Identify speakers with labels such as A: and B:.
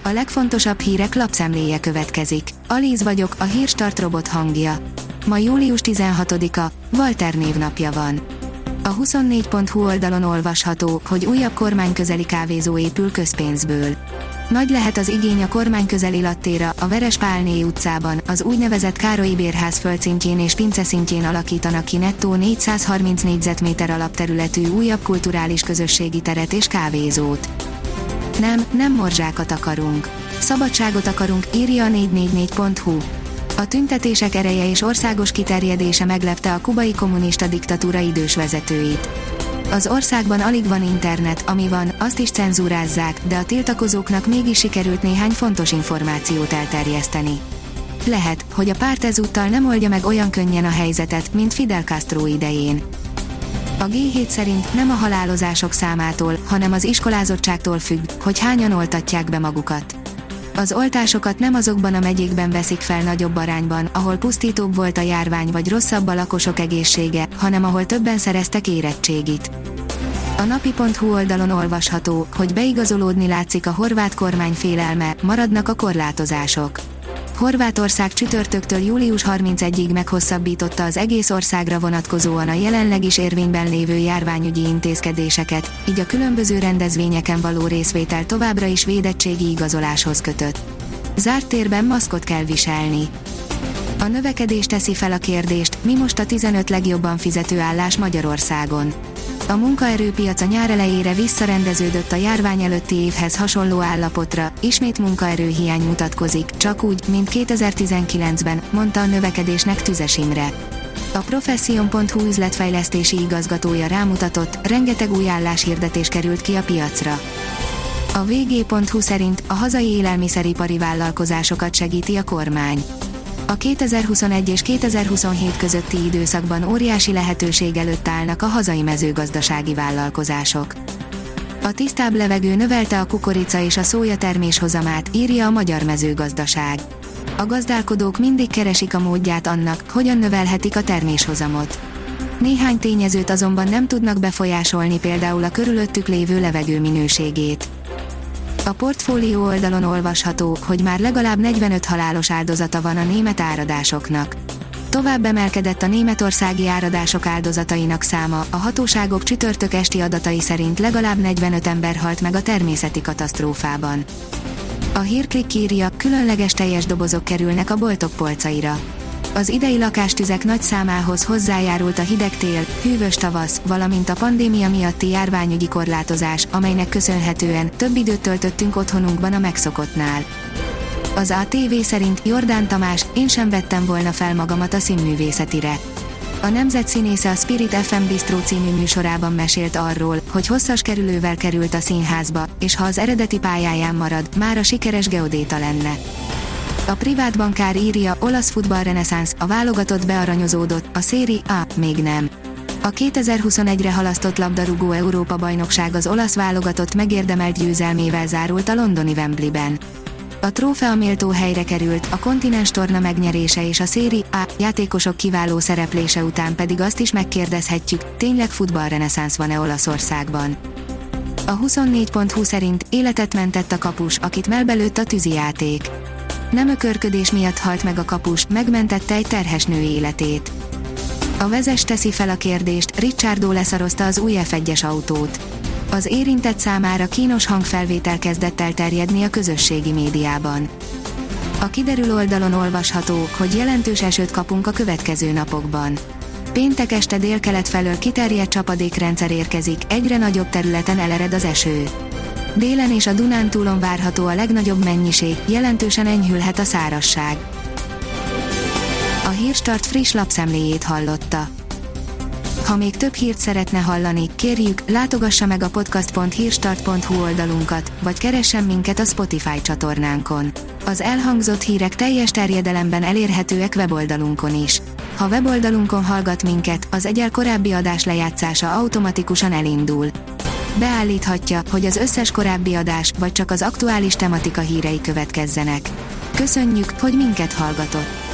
A: A legfontosabb hírek lapszemléje következik. Alíz vagyok, a Hírstart robot hangja. Ma július 16-a, Walter névnapja van. A 24.hu oldalon olvasható, hogy újabb kormányközeli kávézó épül közpénzből. Nagy lehet az igény a kormányközeli lattéra, a Verespálné utcában, az úgynevezett Károlyi Bérház földszintjén és pinceszintjén alakítanak ki nettó 430 négyzetméter alapterületű újabb kulturális közösségi teret és kávézót. Nem morzsákat akarunk. Szabadságot akarunk, írja a 444.hu. A tüntetések ereje és országos kiterjedése meglepte a kubai kommunista diktatúra idős vezetőit. Az országban alig van internet, ami van, azt is cenzúrázzák, de a tiltakozóknak mégis sikerült néhány fontos információt elterjeszteni. Lehet, hogy a párt ezúttal nem oldja meg olyan könnyen a helyzetet, mint Fidel Castro idején. A G7 szerint nem a halálozások számától, hanem az iskolázottságtól függ, hogy hányan oltatják be magukat. Az oltásokat nem azokban a megyékben veszik fel nagyobb arányban, ahol pusztítóbb volt a járvány vagy rosszabb a lakosok egészsége, hanem ahol többen szereztek érettségit. A napi.hu oldalon olvasható, hogy beigazolódni látszik a horvát kormány félelme, maradnak a korlátozások. Horvátország csütörtöktől július 31-ig meghosszabbította az egész országra vonatkozóan a jelenleg is érvényben lévő járványügyi intézkedéseket, így a különböző rendezvényeken való részvétel továbbra is védettségi igazoláshoz kötött. Zárt térben maszkot kell viselni. A növekedés teszi fel a kérdést, mi most a 15 legjobban fizető állás Magyarországon. A munkaerőpiac a nyár elejére visszarendeződött a járvány előtti évhez hasonló állapotra, ismét munkaerőhiány mutatkozik, csak úgy, mint 2019-ben, mondta a növekedésnek Tüzes Imre. A Profession.hu üzletfejlesztési igazgatója rámutatott, rengeteg új álláshirdetés került ki a piacra. A vg.hu szerint a hazai élelmiszeripari vállalkozásokat segíti a kormány. A 2021 és 2027 közötti időszakban óriási lehetőség előtt állnak a hazai mezőgazdasági vállalkozások. A tisztább levegő növelte a kukorica és a szója terméshozamát, írja a Magyar Mezőgazdaság. A gazdálkodók mindig keresik a módját annak, hogyan növelhetik a terméshozamot. Néhány tényezőt azonban nem tudnak befolyásolni, például a körülöttük lévő levegő minőségét. A portfólió oldalon olvasható, hogy már legalább 45 halálos áldozata van a német áradásoknak. Tovább emelkedett a németországi áradások áldozatainak száma, a hatóságok csütörtök esti adatai szerint legalább 45 ember halt meg a természeti katasztrófában. A Hírklikk írja, különleges teljes dobozok kerülnek a boltok polcaira. Az idei lakástüzek nagy számához hozzájárult a hideg tél, hűvös tavasz, valamint a pandémia miatti járványügyi korlátozás, amelynek köszönhetően több időt töltöttünk otthonunkban a megszokottnál. Az ATV szerint Jordán Tamás, én sem vettem volna fel magamat a színművészetire. A nemzetszínésze a Spirit FM Bistro című műsorában mesélt arról, hogy hosszas kerülővel került a színházba, és ha az eredeti pályáján marad, már a sikeres geodéta lenne. A privát bankár írja, olasz futballreneszánsz, a válogatott bearanyozódott, a Serie A még nem. A 2021-re halasztott labdarúgó Európa-bajnokság az olasz válogatott megérdemelt győzelmével zárult a londoni Wembleyben. A trófea méltó helyre került, a kontinens torna megnyerése és a Serie A játékosok kiváló szereplése után pedig azt is megkérdezhetjük, tényleg futballreneszánsz van-e Olaszországban. A 24.hu szerint életet mentett a kapus, akit mellbelőtt a tűzijáték. Nem ökörködés miatt halt meg a kapus, megmentette egy terhes nő életét. A Vezes teszi fel a kérdést, Ricciardo leszarozta az új F1-es autót. Az érintett számára kínos hangfelvétel kezdett el terjedni a közösségi médiában. A Kiderül oldalon olvasható, hogy jelentős esőt kapunk a következő napokban. Péntek este délkelet felől kiterjedt csapadékrendszer érkezik, egyre nagyobb területen elered az eső. Délen és a Dunántúlon várható a legnagyobb mennyiség, jelentősen enyhülhet a szárazság. A Hírstart friss lapszemléjét hallotta. Ha még több hírt szeretne hallani, kérjük, látogassa meg a podcast.hírstart.hu oldalunkat, vagy keressen minket a Spotify csatornánkon. Az elhangzott hírek teljes terjedelemben elérhetőek weboldalunkon is. Ha weboldalunkon hallgat minket, az egyel korábbi adás lejátszása automatikusan elindul. Beállíthatja, hogy az összes korábbi adás, vagy csak az aktuális tematika hírei következzenek. Köszönjük, hogy minket hallgatott!